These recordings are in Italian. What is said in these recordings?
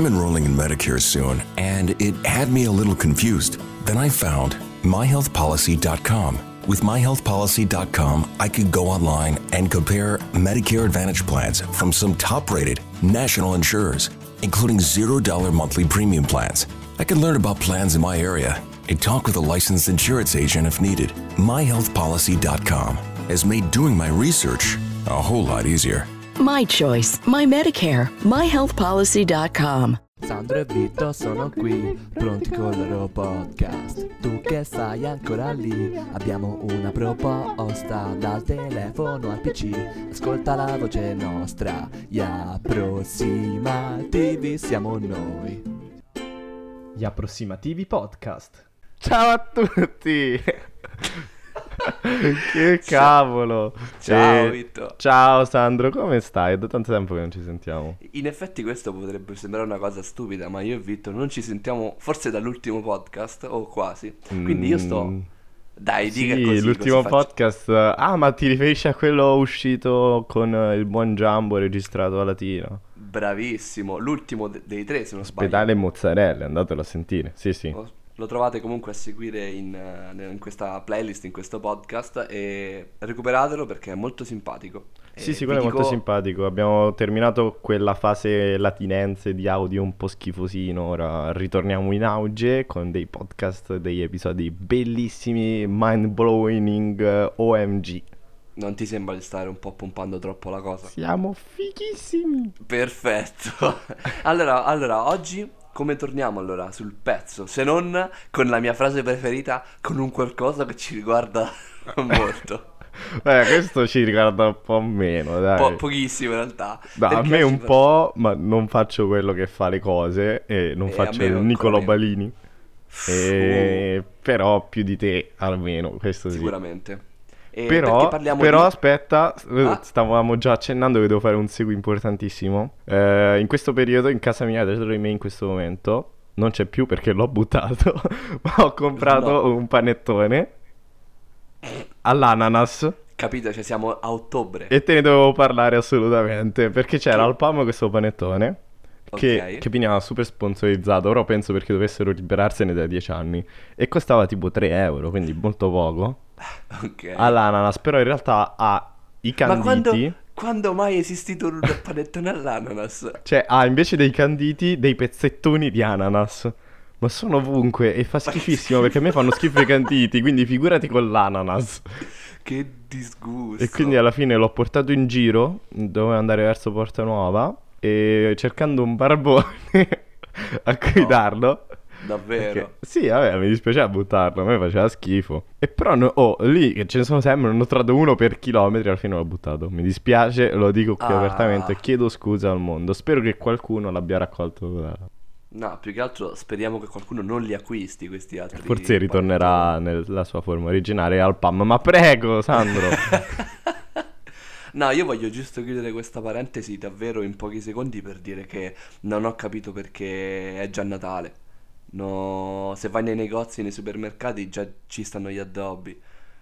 I'm enrolling in Medicare soon, and it had me a little confused. Then I found myhealthpolicy.com. With myhealthpolicy.com, I could go online and compare Medicare Advantage plans from some top-rated national insurers, including $0 monthly premium plans. I could learn about plans in my area and talk with a licensed insurance agent if needed. myhealthpolicy.com has made doing my research a whole lot easier. My choice, my Medicare, myhealthpolicy.com. Sandro e Vito sono qui, pronti con il loro podcast. Tu che sei ancora lì, abbiamo una proposta. Dal telefono al PC, ascolta la voce nostra. Gli approssimativi siamo noi. Gli approssimativi podcast. Ciao a tutti! Che cavolo! Ciao Vitto. Ciao Sandro, come stai? È da tanto tempo che non ci sentiamo. In effetti questo potrebbe sembrare una cosa stupida, ma io e Vitto non ci sentiamo forse dall'ultimo podcast, o quasi. Quindi io sto... Dai, dica sì, così. l'ultimo così podcast... Ah, ma ti riferisci a quello uscito con il buon Giambo registrato a Latina? Bravissimo, l'ultimo dei tre, se non sbaglio. Pedale mozzarella, andatelo a sentire. Sì, sì. Lo trovate comunque a seguire in questa playlist, in questo podcast, e recuperatelo perché è molto simpatico. Sì, quello è molto simpatico. Abbiamo terminato quella fase latinense di audio un po' schifosino. Ora ritorniamo in auge con dei podcast, degli episodi bellissimi, mind-blowing, OMG. Non ti sembra di stare un po' pompando troppo la cosa? Siamo fighissimi. Perfetto. Allora, oggi... Come torniamo allora sul pezzo, se non con la mia frase preferita, con un qualcosa che ci riguarda molto. Questo ci riguarda un po' meno, dai. Pochissimo in realtà. No, a me un po', ma non faccio quello che fa le cose e non faccio il Niccolò Balini. Però più di te almeno, questo sicuramente. sì. Però aspetta, stavamo già accennando che devo fare un seguito importantissimo. In questo periodo in casa mia, dietro di me in questo momento, non c'è più perché l'ho buttato, ma ho comprato un panettone all'ananas. Capito, cioè siamo a ottobre. E te ne dovevo parlare assolutamente, perché c'era al Palmo questo panettone che veniva super sponsorizzato, però penso perché dovessero liberarsene da 10 anni, e costava tipo 3 euro, quindi molto poco. All'ananas, però in realtà ha i canditi. Ma quando mai è esistito un panettone all'ananas? Cioè ha invece dei canditi dei pezzettoni di ananas. Ma sono ovunque e fa schifissimo perché a me fanno schifo i canditi, quindi figurati con l'ananas. Che disgusto. E quindi alla fine l'ho portato in giro, dovevo andare verso Porta Nuova, e cercando un barbone a cui darlo. Davvero? Perché, sì, vabbè, mi dispiaceva buttarlo, a me faceva schifo. E però lì che ce ne sono sempre, non ho trovato uno per chilometri, alla fine l'ho buttato. Mi dispiace, lo dico qui apertamente, chiedo scusa al mondo. Spero che qualcuno l'abbia raccolto. No, più che altro speriamo che qualcuno non li acquisti questi altri. Forse ritornerà nella sua forma originale al PAM. Ma prego, Sandro. No, io voglio giusto chiudere questa parentesi davvero in pochi secondi per dire che non ho capito perché è già Natale. No, se vai nei negozi, nei supermercati già ci stanno gli addobbi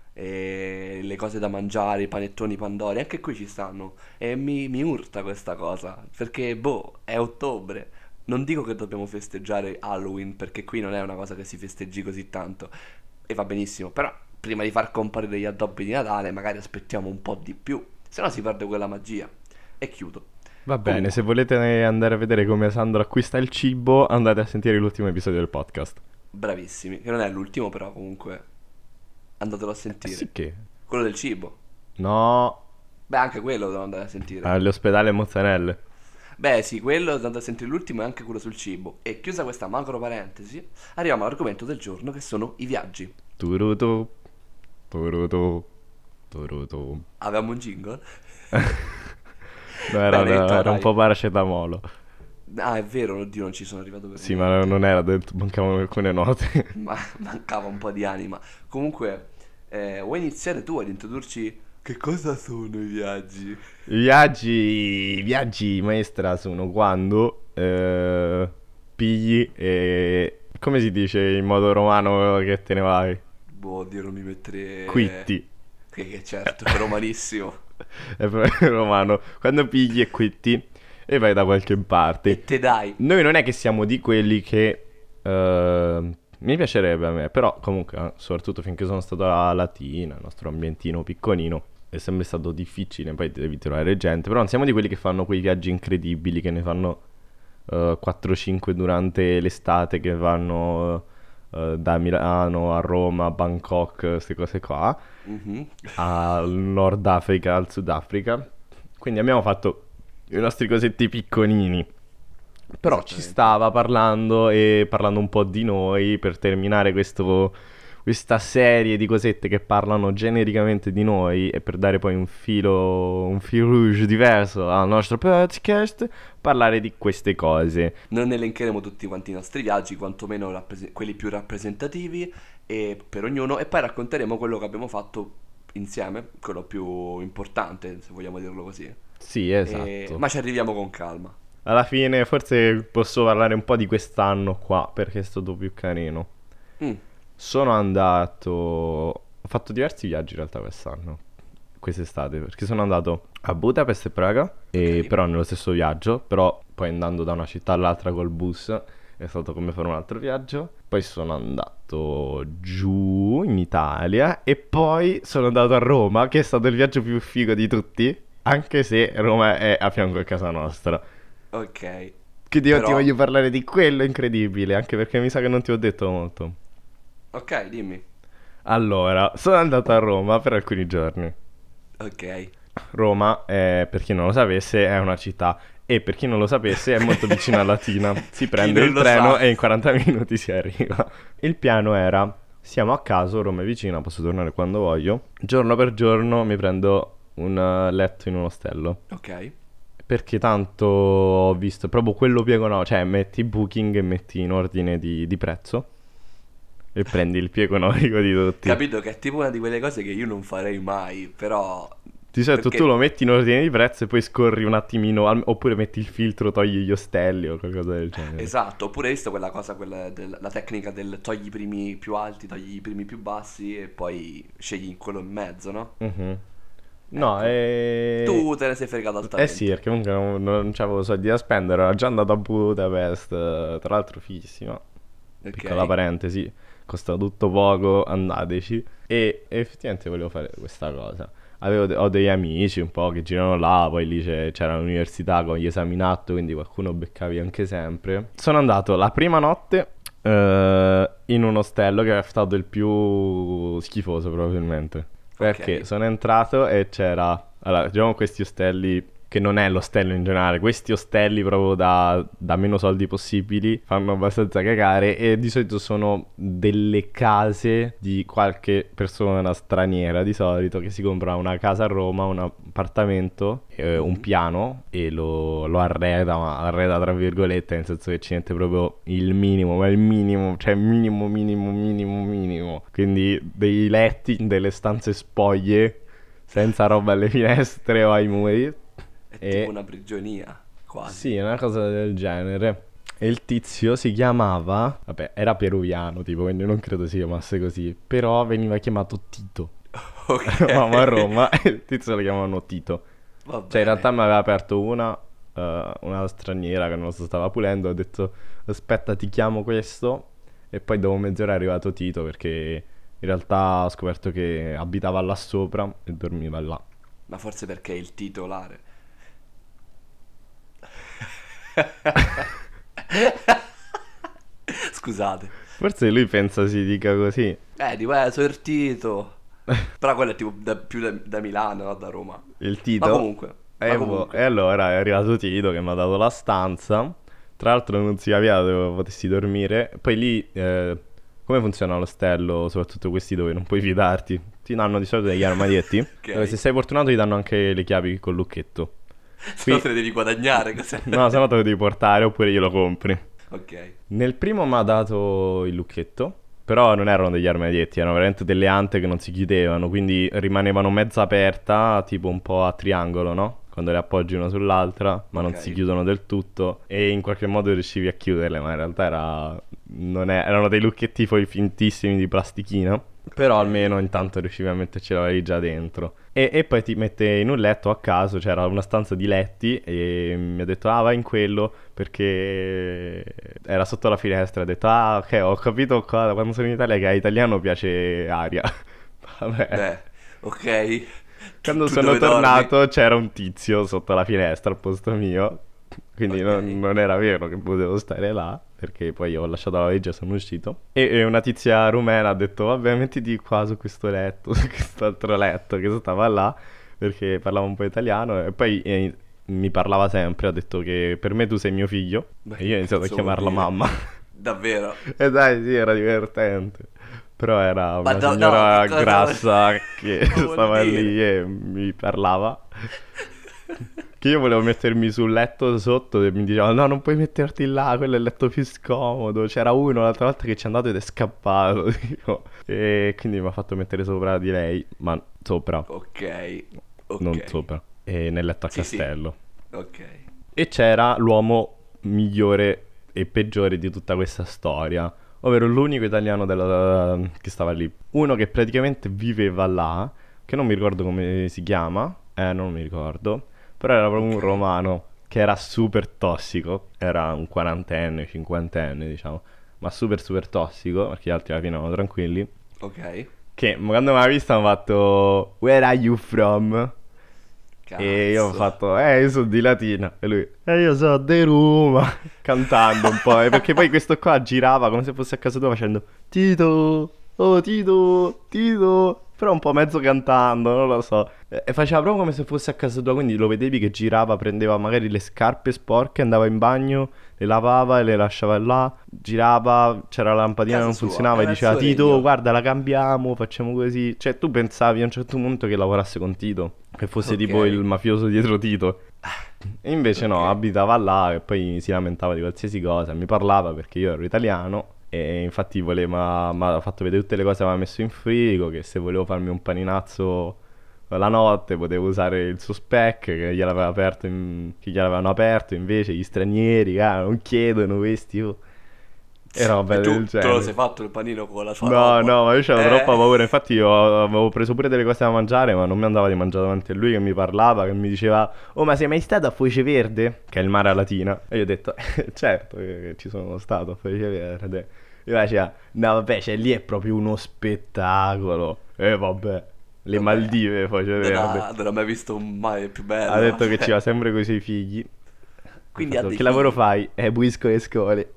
e le cose da mangiare, i panettoni Pandori, anche qui ci stanno, e mi urta questa cosa perché è ottobre. Non dico che dobbiamo festeggiare Halloween perché qui non è una cosa che si festeggi così tanto e va benissimo, però prima di far comparire gli addobbi di Natale magari aspettiamo un po' di più, se no si perde quella magia. E chiudo. Va bene, se volete andare a vedere come Sandro acquista il cibo, andate a sentire l'ultimo episodio del podcast. Bravissimi, che non è l'ultimo, però comunque andatelo a sentire. Sì che? Quello del cibo. No. Beh, anche quello devo andare a sentire. All'ospedale mozzarelle. Beh sì, quello devo andare a sentire l'ultimo e anche quello sul cibo. E chiusa questa macro parentesi, arriviamo all'argomento del giorno, che sono i viaggi. Turutu. Avevamo un jingle? No, era un po' paracetamolo. Ah, è vero, oddio, non ci sono arrivato per Sì, niente. ma non era detto, mancavano alcune note. Ma mancava un po' di anima. Comunque, vuoi iniziare tu ad introdurci che cosa sono i viaggi? I viaggi, maestra, sono quando pigli e... come si dice in modo romano che te ne vai? Boh, oddio, non mi mettere... Quitti. Che certo, è romanissimo. È proprio romano. Quando pigli e quitti e vai da qualche parte. E te dai. Noi non è che siamo di quelli che mi piacerebbe a me, però comunque soprattutto finché sono stato a Latina, il nostro ambientino piccolino, è sempre stato difficile, poi devi trovare gente, però non siamo di quelli che fanno quei viaggi incredibili, che ne fanno 4-5 durante l'estate, che vanno da Milano a Roma, a Bangkok, queste cose qua, al Nord Africa, al Sudafrica. Quindi abbiamo fatto i nostri cosetti piccolini. Però ci stava parlando un po' di noi per terminare questa serie di cosette che parlano genericamente di noi, e per dare poi un fil rouge diverso al nostro podcast, parlare di queste cose. Non elencheremo tutti quanti i nostri viaggi, quantomeno quelli più rappresentativi per ognuno, e poi racconteremo quello che abbiamo fatto insieme, quello più importante, se vogliamo dirlo così. Sì, esatto. Ma ci arriviamo con calma. Alla fine forse posso parlare un po' di quest'anno qua, perché è stato più carino. Ho fatto diversi viaggi in realtà quest'estate, perché sono andato a Budapest e Praga, però nello stesso viaggio, però poi andando da una città all'altra col bus è stato come fare un altro viaggio. Poi sono andato giù in Italia e poi sono andato a Roma, che è stato il viaggio più figo di tutti, anche se Roma è a fianco a casa nostra. Ok. Quindi io ti voglio parlare di quello incredibile, anche perché mi sa che non ti ho detto molto. Ok, dimmi. Allora, sono andato a Roma per alcuni giorni. Ok. Roma, per chi non lo sapesse, è una città, e per chi non lo sapesse è molto vicino a Latina. Si prende il treno e in 40 minuti si arriva. Il piano era: siamo a caso, Roma è vicina, posso tornare quando voglio. Giorno per giorno mi prendo un letto in un ostello. Ok. Perché tanto ho visto proprio quello più economico, cioè metti Booking e metti in ordine di prezzo e prendi il più economico di tutti. Capito che è tipo una di quelle cose che io non farei mai, però... Di solito tu lo metti in ordine di prezzo e poi scorri un attimino, oppure metti il filtro, togli gli ostelli o qualcosa del genere. Esatto, oppure hai visto quella la tecnica del togli i primi più alti, togli i primi più bassi e poi scegli quello in mezzo, no? No, tu te ne sei fregato altamente. Sì, perché comunque non c'avevo soldi da spendere, ero già andato a Budapest, tra l'altro fighissima. Piccola parentesi, costa tutto poco, andateci. E effettivamente volevo fare questa cosa. Ho degli amici un po' che girano là, poi lì c'era l'università con gli esami in atto, quindi qualcuno beccavi anche sempre. Sono andato la prima notte in un ostello che è stato il più schifoso probabilmente. Perché sono entrato e c'era, allora, diciamo questi ostelli, che non è l'ostello in generale, questi ostelli proprio da meno soldi possibili fanno abbastanza cagare, e di solito sono delle case di qualche persona straniera di solito che si compra una casa a Roma, un appartamento, un piano, e lo arreda, ma arreda tra virgolette, nel senso che ci mette proprio il minimo, ma il minimo, cioè minimo, quindi dei letti, delle stanze spoglie senza roba alle finestre o ai muri. È tipo una prigionia, quasi. Sì, una cosa del genere. E il tizio si chiamava, vabbè, era peruviano tipo, quindi non credo si chiamasse così, però veniva chiamato Tito. Ok. Eravamo a Roma e il tizio lo chiamavano Tito. Va Cioè in bene. realtà mi aveva aperto una straniera che non lo so, stava pulendo, ho detto aspetta ti chiamo questo, e poi dopo mezz'ora è arrivato Tito, perché in realtà ho scoperto che abitava là sopra e dormiva là. Ma forse perché è il titolare. Scusate. Forse lui pensa si dica così. Sono il Tito. Però quello è tipo più da Milano, no? Da Roma. Il Tito. Ma comunque. E allora è arrivato Tito che mi ha dato la stanza. Tra l'altro non si capiva dove potessi dormire. Poi lì come funziona l'ostello, soprattutto questi dove non puoi fidarti? Ti danno di solito degli armadietti Ok. dove se sei fortunato ti danno anche le chiavi col lucchetto. Se no te ne devi guadagnare, cos'è? No, se no te lo devi portare oppure glielo compri. Ok. Nel primo mi ha dato il lucchetto, però non erano degli armadietti, erano veramente delle ante che non si chiudevano, quindi rimanevano mezza aperta, tipo un po' a triangolo, no? Quando le appoggi una sull'altra, ma non Ok. si chiudono del tutto, e in qualche modo riuscivi a chiuderle, ma in realtà era erano dei lucchetti poi fintissimi di plastichina. Però almeno intanto riuscivi a metterci la valigia dentro. E poi ti mette in un letto a caso, c'era una stanza di letti e mi ha detto vai in quello perché era sotto la finestra. Ha detto ok, ho capito qua da quando sono in Italia che a italiano piace aria. Vabbè. Beh, ok. Quando Tu sono dove tornato c'era un tizio sotto la finestra al posto mio. Quindi Ok. non era vero che potevo stare là, perché poi ho lasciato la valigia e sono uscito. E una tizia rumena ha detto, vabbè, mettiti qua su questo letto, su quest'altro letto che stava là, perché parlava un po' italiano. E poi mi parlava sempre, ha detto che per me tu sei mio figlio. Beh, E io ho iniziato a cazzo vuol chiamarla dire? mamma. Davvero? E dai, sì, era divertente. Però era Ma una no, signora che cosa grassa che cosa vuol stava dire? lì e mi parlava. Che io volevo mettermi sul letto sotto e mi diceva no, non puoi metterti là, quello è il letto più scomodo. C'era uno l'altra volta che ci è andato ed è scappato, tipo. E quindi mi ha fatto mettere sopra di lei, ma sopra, Ok. non Ok. sopra, e nel letto a Sì, sì. castello. Ok. E c'era l'uomo migliore e peggiore di tutta questa storia, ovvero l'unico italiano che stava lì. Uno che praticamente viveva là, che non mi ricordo come si chiama, non mi ricordo, però era proprio un Ok. romano che era super tossico, era un quarantenne, cinquantenne diciamo, ma super super tossico, perché gli altri alla fine erano tranquilli, Ok. che quando mi ha visto mi ha fatto Where are you from? E io ho Cazzo. fatto, io sono di Latina. E lui, io sono di Roma. Cantando un po'. Perché poi questo qua girava come se fosse a casa tua facendo Tito, oh Tito, Tito. Però un po' mezzo cantando, non lo so. E faceva proprio come se fosse a casa tua. Quindi lo vedevi che girava, prendeva magari le scarpe sporche, andava in bagno, le lavava e le lasciava là. Girava, c'era la lampadina che Casa non sua, funzionava e era il diceva suo Tito, regno. guarda, la cambiamo, facciamo così. Cioè, tu pensavi a un certo punto che lavorasse con Tito. Che fosse Ok. tipo il mafioso dietro Tito. E invece no, Ok. abitava là e poi si lamentava di qualsiasi cosa. Mi parlava perché io ero italiano e infatti voleva, mi ha fatto vedere tutte le cose che aveva messo in frigo, che se volevo farmi un paninazzo la notte potevo usare il suo spec che gliel'aveva aperto che gliel'avevano aperto, invece gli stranieri, non chiedono questi, oh. E roba E del tu te lo genere. sei fatto il panino con la sua No, roba? no, ma io c'avevo troppa Eh? paura. Infatti, io avevo preso pure delle cose da mangiare, ma non mi andava di mangiare davanti a lui che mi parlava, che mi diceva: oh, ma sei mai stato a Foce Verde? Che è il mare a Latina. E io ho detto: certo che ci sono stato a Foce Verde. E lui diceva: no, vabbè, cioè lì è proprio uno spettacolo. E vabbè, le Vabbè, Maldive, Foce Verde. non ho mai visto un mare più Ha bello. detto che ci va sempre con i suoi figli. Ho Quindi ha fatto, dei che lavoro figli. fai? Pulisco le scuole.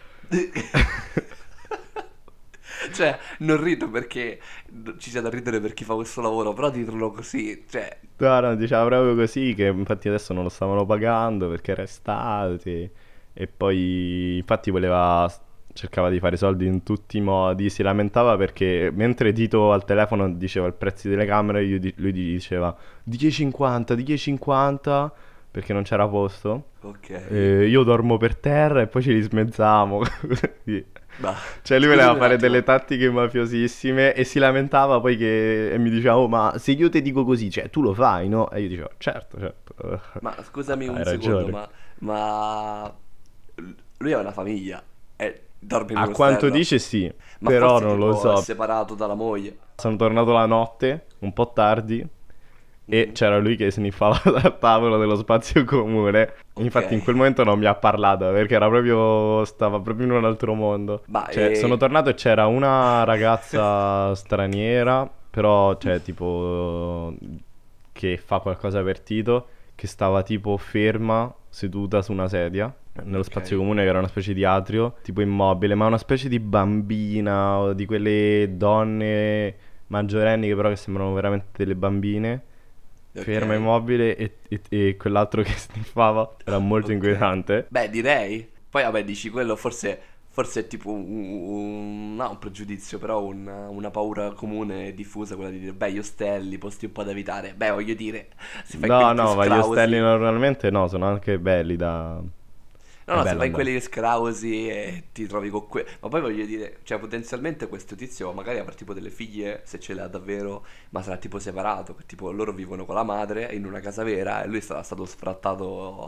Cioè, non rido perché ci sia da ridere per chi fa questo lavoro, però dirlo così, cioè, No, no, diceva proprio così, che infatti adesso non lo stavano pagando perché era estate. E poi infatti cercava di fare soldi in tutti i modi, si lamentava perché mentre Tito al telefono diceva il prezzo delle camere, lui gli diceva di che 50, di che 50, perché non c'era posto. ok. Io dormo per terra e poi ci rismezzavamo. Così. Ma, Cioè lui voleva scusami un fare attimo. delle tattiche mafiosissime e si lamentava poi e mi diceva, oh, ma se io ti dico così, cioè tu lo fai, no? E io dicevo, certo, certo. Ma scusami Hai un secondo, ragione. ma lui ha una famiglia e dorme in A un quanto ostello. dice sì, Ma però forse non lo tipo è so. separato dalla moglie. Sono tornato la notte, un po' tardi, e Mhm. c'era lui che sniffava dal tavolo dello spazio comune. Infatti in Ok. quel momento non mi ha parlato perché stava proprio in un altro mondo. Ma Cioè, sono tornato e c'era una ragazza straniera, però, cioè, tipo, che fa qualcosa per Tito, che stava tipo ferma, seduta su una sedia, nello spazio Ok. comune che era una specie di atrio, tipo immobile, ma una specie di bambina o di quelle donne maggiorenni che però che sembrano veramente delle bambine, ferma Ok. immobile e quell'altro che sniffava era molto Ok. inquietante. Beh, direi. Poi, vabbè, dici quello forse è tipo no, un pregiudizio, però una paura comune e diffusa, quella di dire, beh, gli ostelli, posti un po' da evitare. Beh, voglio dire, se fai No, quelli più no, ma gli ostelli scrausi. normalmente no, sono anche belli da... No, È no, se bello vai in andare. quelli scrausi e ti trovi con ma poi voglio dire, cioè potenzialmente questo tizio magari avrà tipo delle figlie, se ce le ha davvero, ma sarà tipo separato, che tipo loro vivono con la madre in una casa vera e lui sarà stato sfrattato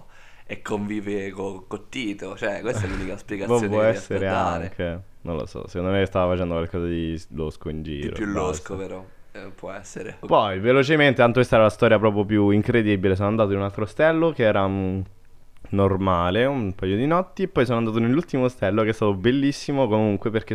e convive con Tito. Cioè, questa è l'unica spiegazione Può che riesco a essere dare. anche, non lo so, secondo me stava facendo qualcosa di losco in Di giro. più basta. losco, però. Può essere. Poi, velocemente, tanto questa era la storia proprio più incredibile, sono andato in un altro ostello che era normale, un paio di notti, e poi sono andato nell'ultimo ostello che è stato bellissimo comunque perché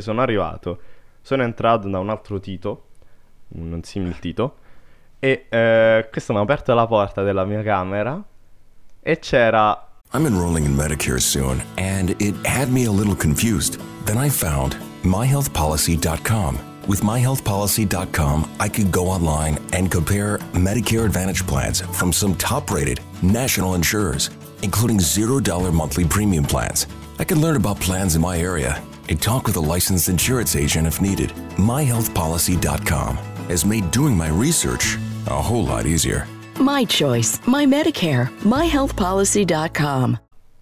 sono entrato da un altro Tito, un simil Tito, e questo mi ha aperto la porta della mia camera e c'era... I'm enrolling in Medicare soon, and it had me a little confused. Then I found myhealthpolicy.com. With myhealthpolicy.com, I could go online and compare Medicare Advantage plans from some top-rated national insurers, including $0 monthly premium plans. I could learn about plans in my area and talk with a licensed insurance agent if needed. myhealthpolicy.com has made doing my research a whole lot easier. My choice, my Medicare, myhealthpolicy.com.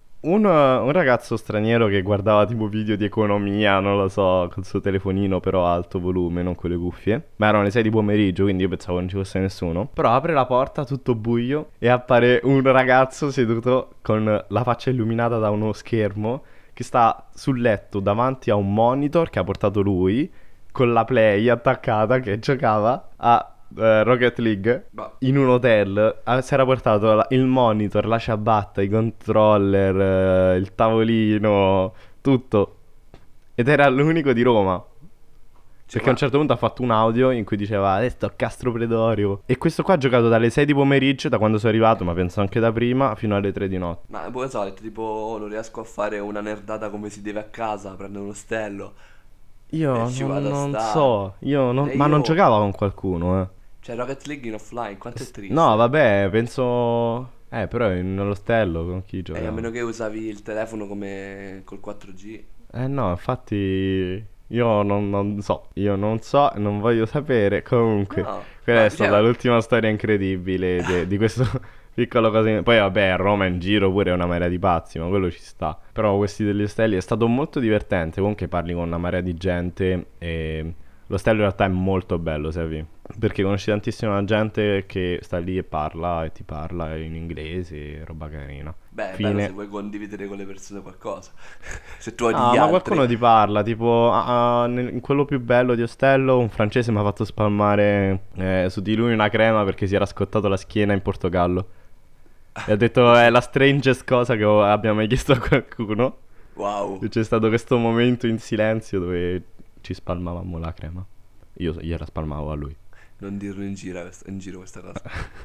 Un ragazzo straniero che guardava tipo video di economia, non lo so, col suo telefonino però a alto volume, non con le cuffie. Ma erano le 6 di pomeriggio, quindi io pensavo non ci fosse nessuno. Però apre la porta, tutto buio, e appare un ragazzo seduto con la faccia illuminata da uno schermo che sta sul letto davanti a un monitor che ha portato lui, con la Play attaccata che giocava a Rocket League in un hotel. Si era portato il monitor, la ciabatta, i controller, il tavolino, tutto, ed era l'unico di Roma. Perché a un certo punto ha fatto un audio in cui diceva sto a Castro Pretorio. E questo qua ha giocato dalle 6 di pomeriggio, da quando sono arrivato, ma penso anche da prima, fino alle 3 di notte. Ma poi so, ha detto tipo, "Oh, non riesco a fare una nerdata come si deve a casa, prendo uno ostello. Io ci vado a non stare." so, ma non giocava con qualcuno, Cioè, Rocket League in offline, quanto è triste. No, vabbè, penso... però nell'ostello con chi gioca? A meno che usavi il telefono come col 4G. No, infatti io non so, non voglio sapere. Comunque, No, quella è cioè- stata l'ultima storia incredibile di questo piccolo cosa. Poi vabbè, a Roma in giro pure è una marea di pazzi, ma quello ci sta. Però questi degli ostelli è stato molto divertente. Comunque parli con una marea di gente e l'ostello in realtà è molto bello, Sevi, perché conosci tantissima gente che sta lì e ti parla in inglese, roba carina. Beh, è Fine. bello se vuoi condividere con le persone qualcosa. Se tu odi Ah, gli ma altri. qualcuno ti parla, tipo in quello più bello di Ostello un francese mi ha fatto spalmare su di lui una crema perché si era scottato la schiena in Portogallo. E ha detto è la strangest cosa che abbia mai chiesto a qualcuno. Wow. E c'è stato questo momento in silenzio dove ci spalmavamo la crema. Io gliela spalmavo a lui. Non dirlo in giro questa cosa.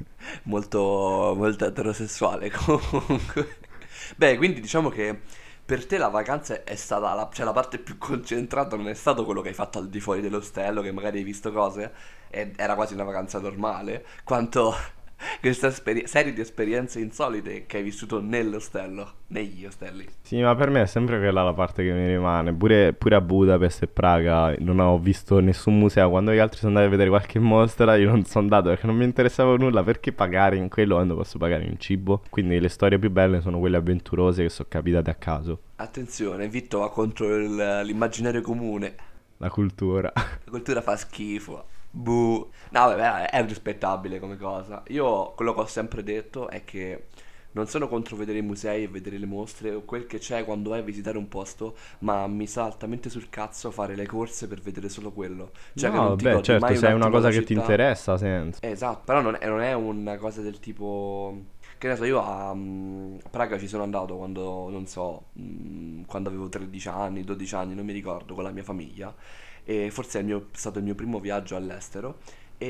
Molto, molto eterosessuale comunque. Beh, quindi diciamo che per te la vacanza è stata cioè la parte più concentrata, non è stato quello che hai fatto al di fuori dell'ostello, che magari hai visto cose, e era quasi una vacanza normale, quanto questa serie di esperienze insolite che hai vissuto nell'ostello, negli ostelli. Sì, ma per me è sempre quella la parte che mi rimane. Pure a Budapest e Praga non ho visto nessun museo. Quando gli altri sono andati a vedere qualche mostra, io non sono andato perché non mi interessava nulla. Perché pagare in quello quando posso pagare in cibo? Quindi le storie più belle sono quelle avventurose che sono capitate a caso. Attenzione, Vitto va contro l'immaginario comune. La cultura. La cultura fa schifo. Buh. No, vabbè, è rispettabile come cosa. Io quello che ho sempre detto è che non sono contro vedere i musei e vedere le mostre o quel che c'è quando vai a visitare un posto, ma mi sa altamente sul cazzo fare le corse per vedere solo quello. Cioè, che No, non ti beh, godi certo, mai se è un una attimo cosa la che ti città. interessa, senza. Esatto, però non è una cosa del tipo... Che ne so, io a Praga ci sono andato quando, non so, quando avevo 13 anni, 12 anni, non mi ricordo, con la mia famiglia. E forse è stato il mio primo viaggio all'estero.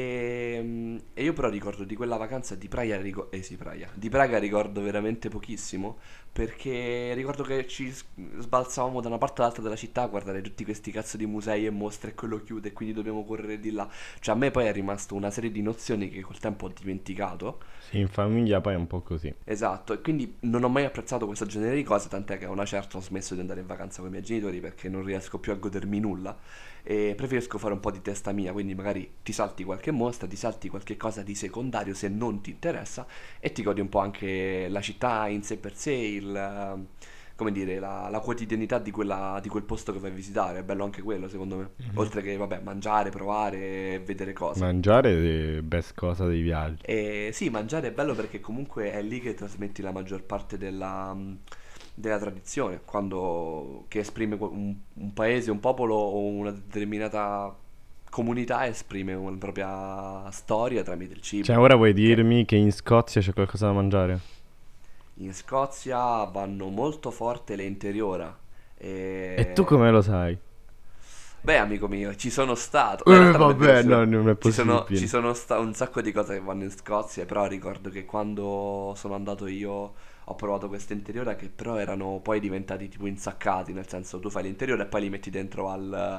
E io però ricordo di quella vacanza di Praga, di Praga ricordo veramente pochissimo, perché ricordo che ci sbalzavamo da una parte all'altra della città a guardare tutti questi cazzo di musei e mostre e quello chiude e quindi dobbiamo correre di là. Cioè a me poi è rimasto una serie di nozioni che col tempo ho dimenticato. Sì, in famiglia poi è un po' così. Esatto, e quindi non ho mai apprezzato questo genere di cose, tant'è che a una certa ho smesso di andare in vacanza con i miei genitori perché non riesco più a godermi nulla e preferisco fare un po' di testa mia, quindi magari ti salti qualche mostra, ti salti qualche cosa di secondario se non ti interessa e ti godi un po' anche la città in sé per sé, come dire, la quotidianità di quel posto che vai a visitare. È bello anche quello, secondo me. Oltre che, vabbè, mangiare, provare e vedere cose. Mangiare è best cosa dei viaggi. E sì, mangiare è bello perché comunque è lì che trasmetti la maggior parte della tradizione, che esprime un paese, un popolo o una determinata comunità esprime una propria storia tramite il cibo. Cioè, ora vuoi Che dirmi che in Scozia c'è qualcosa da mangiare? in Scozia vanno molto forte le interiora. E tu come lo sai? Beh, amico mio, ci sono stato. In realtà non è vero, Vabbè, no, non è ci possibile. sono un sacco di cose che vanno in Scozia, però ricordo che quando sono andato io ho provato questa interiora che però erano poi diventati tipo insaccati, nel senso tu fai l'interiore e poi li metti dentro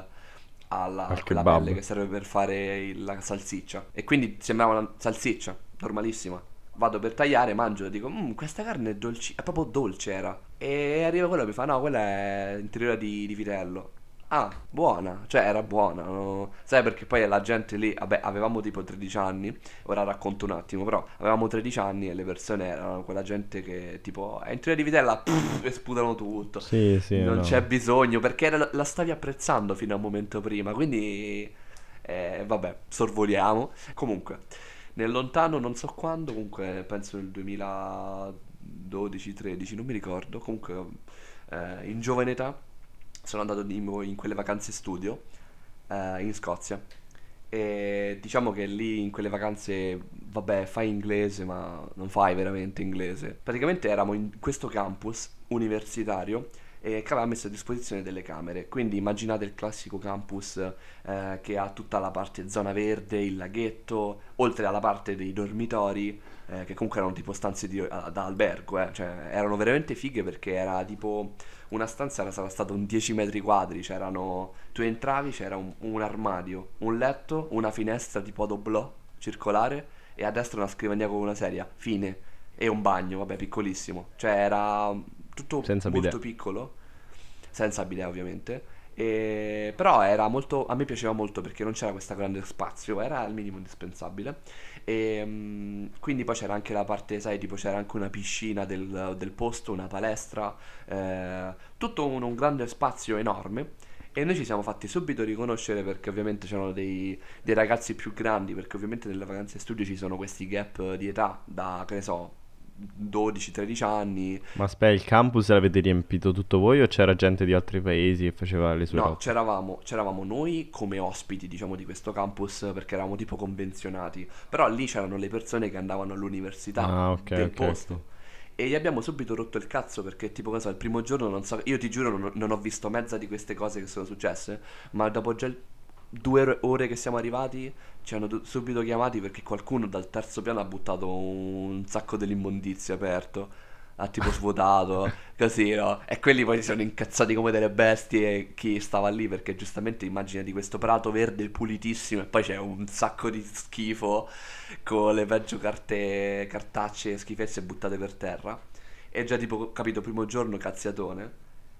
Al quella kebab. pelle che serve per fare la salsiccia. E quindi sembrava una salsiccia, normalissima. Vado per tagliare, mangio e dico, questa carne è proprio dolce era. E arriva quello e mi fa, no, quella è interiora di vitello. Ah, buona, cioè era buona, no? Sai perché poi la gente lì, vabbè, avevamo tipo 13 anni, ora racconto un attimo, però avevamo 13 anni e le persone erano quella gente che tipo, è interiora di vitella, e sputano tutto. Sì, sì, Non no. c'è bisogno perché la stavi apprezzando fino a un momento prima, quindi vabbè, sorvoliamo. Comunque, nel lontano non so quando, comunque penso nel 2012-13, non mi ricordo, comunque in giovane età sono andato in quelle vacanze studio in Scozia. E diciamo che lì in quelle vacanze, vabbè, fai inglese, ma non fai veramente inglese. Praticamente eravamo in questo campus universitario che aveva messo a disposizione delle camere. Quindi immaginate il classico campus che ha tutta la parte zona verde, il laghetto, oltre alla parte dei dormitori, che comunque erano tipo stanze da albergo, cioè erano veramente fighe perché era tipo una stanza sarà stata un 10 metri quadri, tu entravi, c'era un armadio, un letto, una finestra tipo ad oblò circolare e a destra una scrivania con una sedia, fine, e un bagno, vabbè, piccolissimo. Cioè era tutto Senza molto bidet. piccolo, senza bidet ovviamente. Però era molto, a me piaceva molto perché non c'era questo grande spazio, era il minimo indispensabile. Quindi poi c'era anche la parte, sai, tipo c'era anche una piscina del posto, una palestra, tutto un grande spazio enorme. E noi ci siamo fatti subito riconoscere perché ovviamente c'erano dei ragazzi più grandi, perché ovviamente nelle vacanze studio ci sono questi gap di età da, che ne so, 12-13 anni. Ma aspetta, il campus l'avete riempito tutto voi o c'era gente di altri paesi che faceva le sue No, robe? c'eravamo noi come ospiti, diciamo, di questo campus perché eravamo tipo convenzionati. Però lì c'erano le persone che andavano all'università Ah, ok, del ok, posto. ok. E gli abbiamo subito rotto il cazzo perché tipo, cosa, il primo giorno non so, io ti giuro non ho visto mezza di queste cose che sono successe, ma dopo già 2 ore che siamo arrivati ci hanno subito chiamati perché qualcuno dal terzo piano ha buttato un sacco dell'immondizia aperto. Ha tipo svuotato, così, no? E quelli poi si sono incazzati come delle bestie chi stava lì perché giustamente immaginati questo prato verde pulitissimo e poi c'è un sacco di schifo con le peggio cartacce e schifezze buttate per terra. E già tipo, capito, primo giorno cazziatone.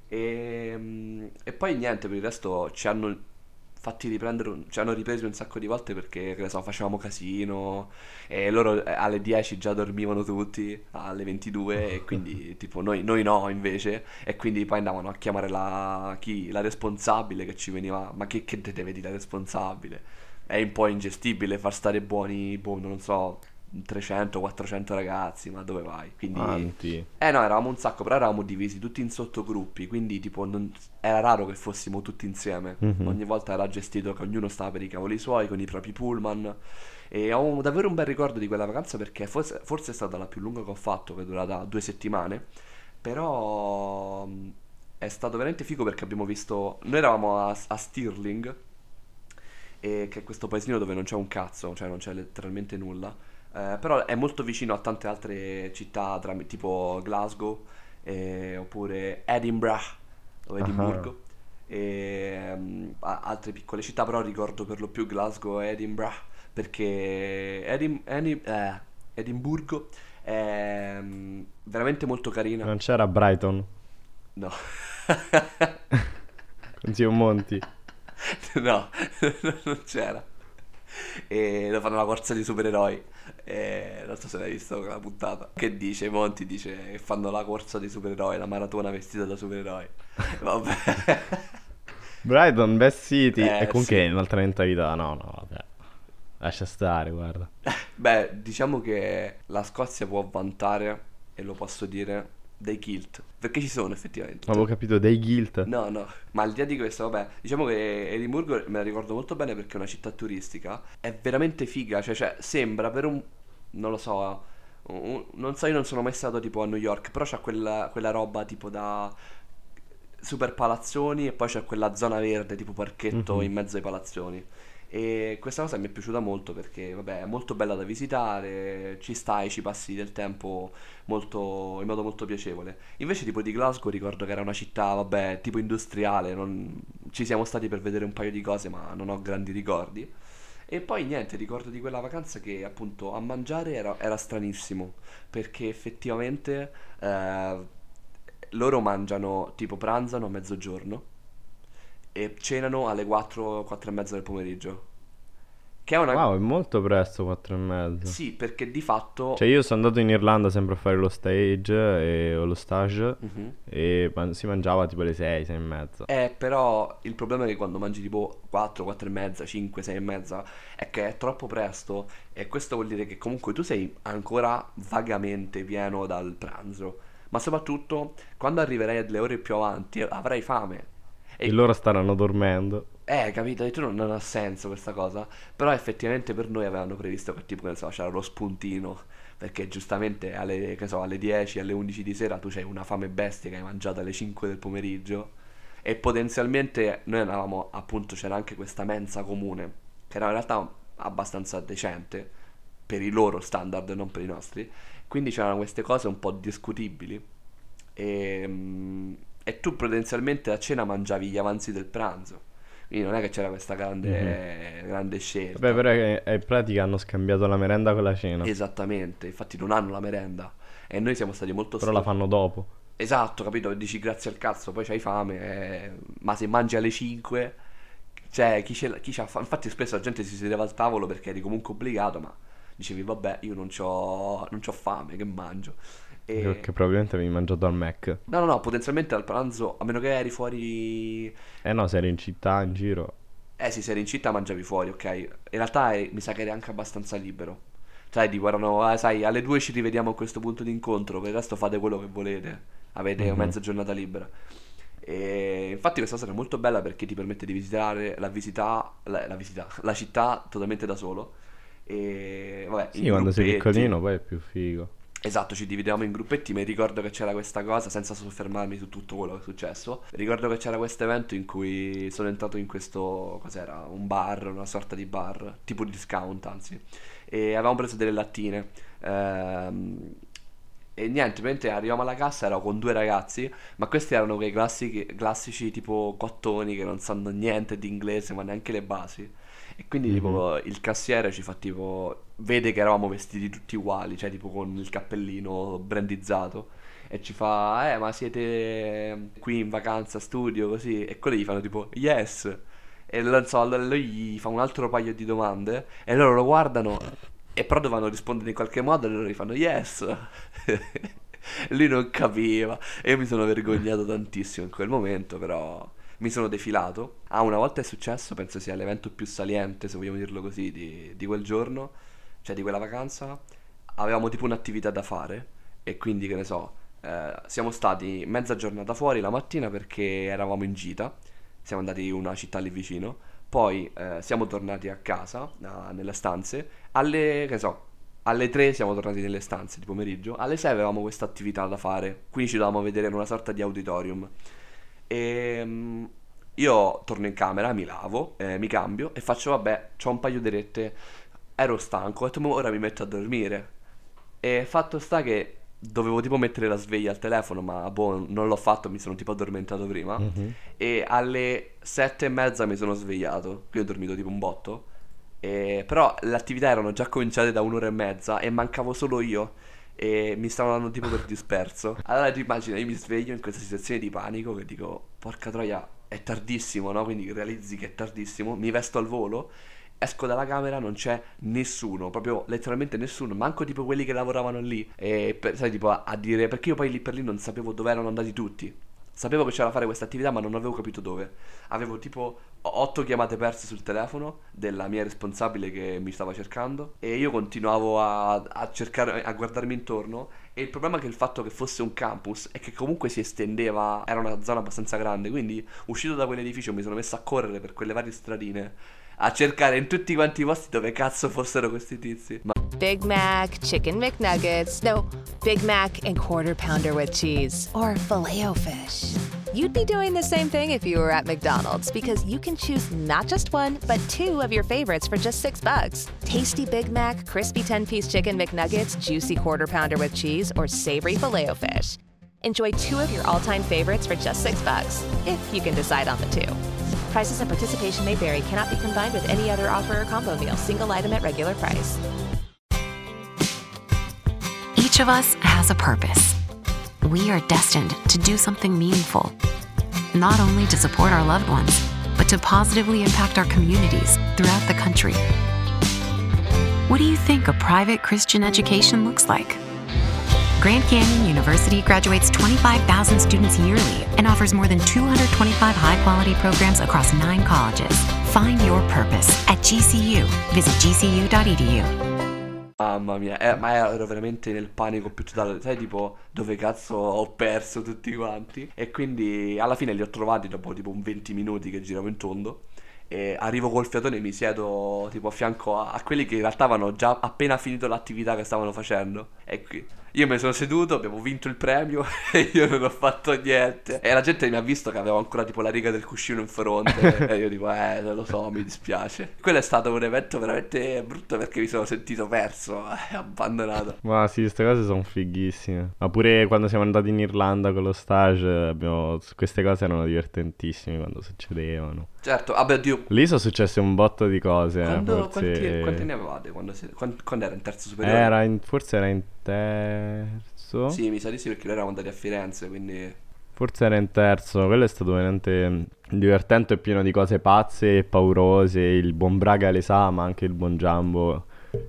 E poi niente, per il resto ci hanno fatti riprendere, ci hanno ripresi un sacco di volte perché, che ne so, facevamo casino e loro alle 10 già dormivano tutti, alle 22 e quindi tipo noi no invece e quindi poi andavano a chiamare la responsabile che ci veniva, ma che te deve dire la responsabile? È un po' ingestibile far stare buoni, boh, non so, 300-400 ragazzi, ma dove vai? Quindi Quanti? no, eravamo un sacco, però eravamo divisi tutti in sottogruppi, quindi tipo era raro che fossimo tutti insieme. Mhm. Ogni volta era gestito che ognuno stava per i cavoli suoi, con i propri pullman. E ho davvero un bel ricordo di quella vacanza perché forse è stata la più lunga che ho fatto, che è durata 2 settimane. Però è stato veramente figo perché abbiamo visto. Noi eravamo a Stirling, che è questo paesino dove non c'è un cazzo, cioè non c'è letteralmente nulla. Però è molto vicino a tante altre città, tipo Glasgow, oppure Edinburgh, o Edimburgo, e altre piccole città, però ricordo per lo più Glasgow e Edinburgh, perché Edimburgo è veramente molto carina. Non c'era Brighton No, con Zio Monti. no, non c'era. E lo fanno la corsa dei supereroi. E non so se l'hai visto quella puntata. Che dice? Monti dice che fanno la corsa dei supereroi, la maratona vestita da supereroi. Vabbè. Brighton, Best City. E comunque sì. è un'altra mentalità. No, vabbè. Lascia stare, guarda. Beh, diciamo che la Scozia può vantare, e lo posso dire, dei kilt. Perché ci sono effettivamente. Ma avevo capito, dei guilt. No, ma al di là di questo, vabbè, diciamo che Edimburgo me la ricordo molto bene perché è una città turistica, è veramente figa, cioè sembra per un, non lo so, non so, io non sono mai stato tipo a New York, però c'ha quella roba tipo da super palazzoni e poi c'è quella zona verde tipo parchetto in mezzo ai palazzoni. E questa cosa mi è piaciuta molto perché, vabbè, è molto bella da visitare, ci stai, ci passi del tempo in modo molto piacevole. Invece tipo di Glasgow ricordo che era una città, vabbè, tipo industriale, ci siamo stati per vedere un paio di cose ma non ho grandi ricordi. E poi niente, ricordo di quella vacanza che appunto a mangiare era stranissimo, perché effettivamente loro mangiano, tipo pranzano a mezzogiorno e cenano alle 4, 4 e mezza del pomeriggio. Che è una... Wow, è molto presto, 4:30. Sì, perché di fatto... Cioè io sono andato in Irlanda sempre a fare lo stage o lo stage Mhm. e si mangiava tipo alle 6, 6 e mezza. Però il problema è che quando mangi tipo 4, 4 e mezza, 5, 6 e mezza è che è troppo presto e questo vuol dire che comunque tu sei ancora vagamente pieno dal pranzo, ma soprattutto quando arriverai alle ore più avanti avrai fame. E E loro staranno dormendo. capito, e tu non ha senso questa cosa, però effettivamente per noi avevano previsto che tipo, che ne so, c'era lo spuntino, perché giustamente alle, che so, alle 10, alle 11 di sera tu c'hai una fame bestia che hai mangiato alle 5 del pomeriggio e potenzialmente noi andavamo, appunto, c'era anche questa mensa comune, che era in realtà abbastanza decente per i loro standard, non per i nostri, quindi c'erano queste cose un po' discutibili e tu potenzialmente a cena mangiavi gli avanzi del pranzo. Quindi non è che c'era questa grande scelta. Vabbè, però in pratica hanno scambiato la merenda con la cena. Esattamente, infatti non hanno la merenda. E noi siamo stati molto Però la fanno dopo. Esatto, capito? Dici grazie al cazzo, poi c'hai fame. Ma se mangi alle 5, cioè chi c'ha fame. Infatti spesso la gente si sedeva al tavolo perché eri comunque obbligato, ma dicevi vabbè, io non c'ho fame, che mangio? Che probabilmente avevi mangiato al Mac. No, potenzialmente al pranzo, a meno che eri fuori. Eh no, se eri in città, in giro. Eh sì, se eri in città mangiavi fuori, ok. In realtà mi sa che eri anche abbastanza libero. Sai, dico, sai, alle 2 ci rivediamo a questo punto di incontro, per il resto fate quello che volete. Avete mezza giornata libera. E infatti questa cosa è molto bella perché ti permette di visitare la città totalmente da solo. E vabbè, Sì, in quando sei gruppetti. piccolino poi è più figo. Esatto, ci dividevamo in gruppetti, mi ricordo che c'era questa cosa, senza soffermarmi su tutto quello che è successo. Ricordo che c'era questo evento in cui sono entrato in questo, cos'era? Un bar, una sorta di bar, tipo discount anzi. E avevamo preso delle lattine. E niente, mentre arriviamo alla cassa ero con due ragazzi, ma questi erano quei classici tipo cottoni che non sanno niente di inglese, ma neanche le basi. E quindi tipo il cassiere ci fa tipo, vede che eravamo vestiti tutti uguali, cioè tipo con il cappellino brandizzato. E ci fa, ma siete qui in vacanza, studio, così? E quelli gli fanno tipo, yes. E non so, allora lui gli fa un altro paio di domande e loro lo guardano e però dovevano rispondere in qualche modo e loro gli fanno yes. Lui non capiva e io mi sono vergognato tantissimo in quel momento, però mi sono defilato. Una volta è successo, penso sia l'evento più saliente, se vogliamo dirlo così, di quel giorno, cioè di quella vacanza. Avevamo tipo un'attività da fare e quindi, che ne so, siamo stati mezza giornata fuori la mattina perché eravamo in gita, siamo andati in una città lì vicino, poi siamo tornati a casa, nelle stanze, che ne so, alle 3 siamo tornati nelle stanze di pomeriggio, alle 6 avevamo questa attività da fare, quindi ci dovevamo vedere in una sorta di auditorium. Io torno in camera, mi lavo, mi cambio e faccio vabbè, c'ho un paio di orette, ero stanco, ho detto "Mo ora mi metto a dormire". E fatto sta che dovevo tipo mettere la sveglia al telefono, ma boh, non l'ho fatto, mi sono tipo addormentato prima. E alle 7:30 mi sono svegliato, qui ho dormito tipo un botto. Però le attività erano già cominciate da un'ora e mezza e mancavo solo io. E mi stavano dando tipo per disperso. Allora ti immagini, io mi sveglio in questa situazione di panico che dico, porca troia, è tardissimo, no? Quindi realizzi che è tardissimo, mi vesto al volo Esco dalla camera, non c'è nessuno, proprio letteralmente nessuno, manco tipo quelli che lavoravano lì. E sai, tipo a dire, perché io poi lì per lì non sapevo dove erano andati tutti. Sapevo che c'era da fare questa attività, ma non avevo capito dove. Avevo tipo 8 chiamate perse sul telefono della mia responsabile che mi stava cercando. E io continuavo a cercare, a guardarmi intorno. E il problema è che il fatto che fosse un campus è che comunque si estendeva, era una zona abbastanza grande. Quindi uscito da quell'edificio mi sono messo a correre per quelle varie stradine, a cercare in tutti quanti i posti dove cazzo fossero questi tizi. Ma Big Mac, Chicken McNuggets, no, Big Mac and Quarter Pounder with cheese, or Filet-O-Fish. You'd be doing the same thing if you were at McDonald's, because you can choose not just one, but 2 of your favorites for just $6. Tasty Big Mac, crispy 10-piece Chicken McNuggets, juicy Quarter Pounder with cheese, or savory Filet-O-Fish. Enjoy 2 of your all-time favorites for just $6, if you can decide on the 2. Prices and participation may vary. Cannot be combined with any other offer or combo meal. Single item at regular price. Each of us has a purpose. We are destined to do something meaningful, not only to support our loved ones, but to positively impact our communities throughout the country. What do you think a private Christian education looks like? Grand Canyon University graduates 25,000 students yearly and offers more than 225 high-quality programs across 9 colleges. Find your purpose at GCU. Visit gcu.edu. mamma mia, ma ero veramente nel panico più totale. Sai tipo dove cazzo ho perso tutti quanti? E quindi alla fine li ho trovati dopo tipo un 20 minuti che giravo in tondo. E arrivo col fiatone e mi siedo tipo a fianco a quelli che in realtà avevano già appena finito l'attività che stavano facendo. E qui io mi sono seduto, abbiamo vinto il premio e io non ho fatto niente. E la gente mi ha visto che avevo ancora tipo la riga del cuscino in fronte. E io dico, lo so, mi dispiace. Quello è stato un evento veramente brutto perché mi sono sentito perso, abbandonato. Ma sì, queste cose sono fighissime. Ma pure quando siamo andati in Irlanda con lo stage, queste cose erano divertentissime quando succedevano. Certo, vabbè, oddio. Lì sono successe un botto di cose. Quanti ne avevate quando era in terzo superiore? Forse era in terzo. Sì, mi sa di sì, perché noi eravamo andati a Firenze, quindi forse era in terzo. Quello è stato veramente divertente e pieno di cose pazze e paurose. Il buon Braga le sa, ma anche il buon Giambo.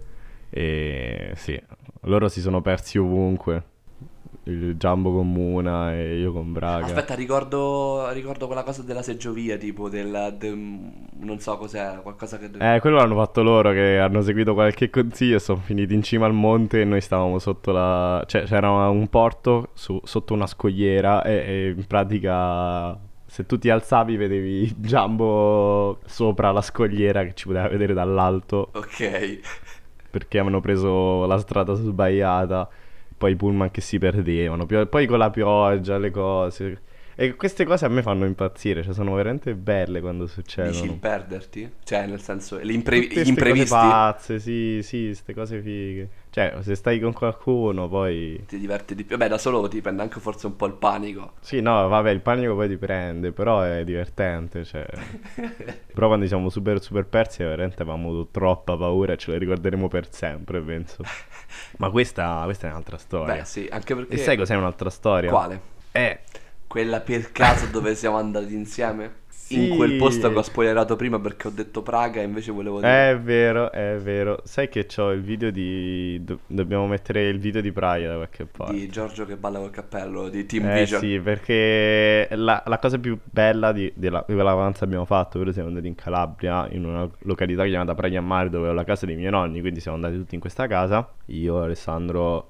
E sì, loro si sono persi ovunque. Il Giambo con Muna e io con Braga. Aspetta, ricordo quella cosa della seggiovia, tipo non so cos'era, qualcosa che quello l'hanno fatto loro, che hanno seguito qualche consiglio e sono finiti in cima al monte e noi stavamo sotto cioè c'era un porto sotto una scogliera e in pratica se tu ti alzavi vedevi Giambo sopra la scogliera che ci poteva vedere dall'alto. Ok. Perché avevano preso la strada sbagliata. Poi i pullman che si perdevano, poi con la pioggia, le cose. E queste cose a me fanno impazzire, cioè sono veramente belle quando succedono. Dici il perderti? Cioè nel senso, gli Tutte imprevisti. Cose pazze, sì, queste cose fighe. Cioè se stai con qualcuno poi ti diverti di più. Beh, da solo ti prende anche forse un po' il panico. Sì, no, vabbè, il panico poi ti prende, però è divertente, cioè. Però quando siamo super super persi veramente avevamo troppa paura e ce la ricorderemo per sempre, penso. Ma questa è un'altra storia. Beh sì, anche perché... E sai cos'è un'altra storia? Quale? Quella per caso dove siamo andati insieme? Sì. In quel posto che ho spoilerato prima perché ho detto Praga e invece volevo dire... È vero. Sai che c'ho il video di... Dobbiamo mettere il video di Praga da qualche parte. Di Giorgio che balla col cappello, di Team Vision. Sì, perché la cosa più bella di quella vacanza abbiamo fatto, ovvero siamo andati in Calabria, in una località chiamata Praia a Mare, dove ho la casa dei miei nonni, quindi siamo andati tutti in questa casa. Io, Alessandro,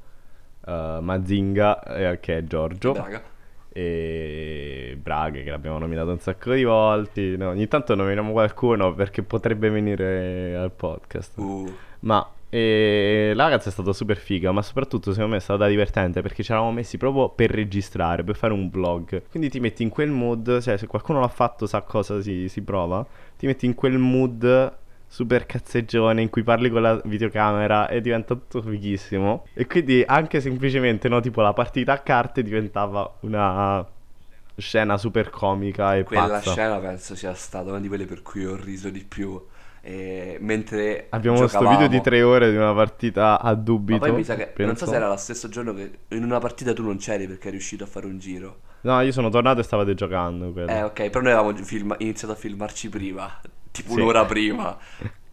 Mazinga, che è Giorgio. Braga. E Braga, che l'abbiamo nominato un sacco di volte. No, ogni tanto nominiamo qualcuno perché potrebbe venire al podcast. Ma la ragazza è stata super figa, ma soprattutto secondo me è stata divertente perché ci eravamo messi proprio per registrare, per fare un vlog. Quindi ti metti in quel mood, cioè se qualcuno l'ha fatto sa cosa si prova. Ti metti in quel mood super cazzeggione in cui parli con la videocamera e diventa tutto fighissimo. E quindi anche semplicemente, no, tipo la partita a carte diventava una scena super comica e quella pazza. Scena penso sia stata una di quelle per cui ho riso di più. Mentre abbiamo giocavamo... questo video di 3 ore di una partita a dubito. Ma poi mi sa che non so se era lo stesso giorno che in una partita tu non c'eri perché eri riuscito a fare un giro. No, io sono tornato e stavate giocando quello. Ok, però noi avevamo iniziato a filmarci prima, tipo un'ora prima.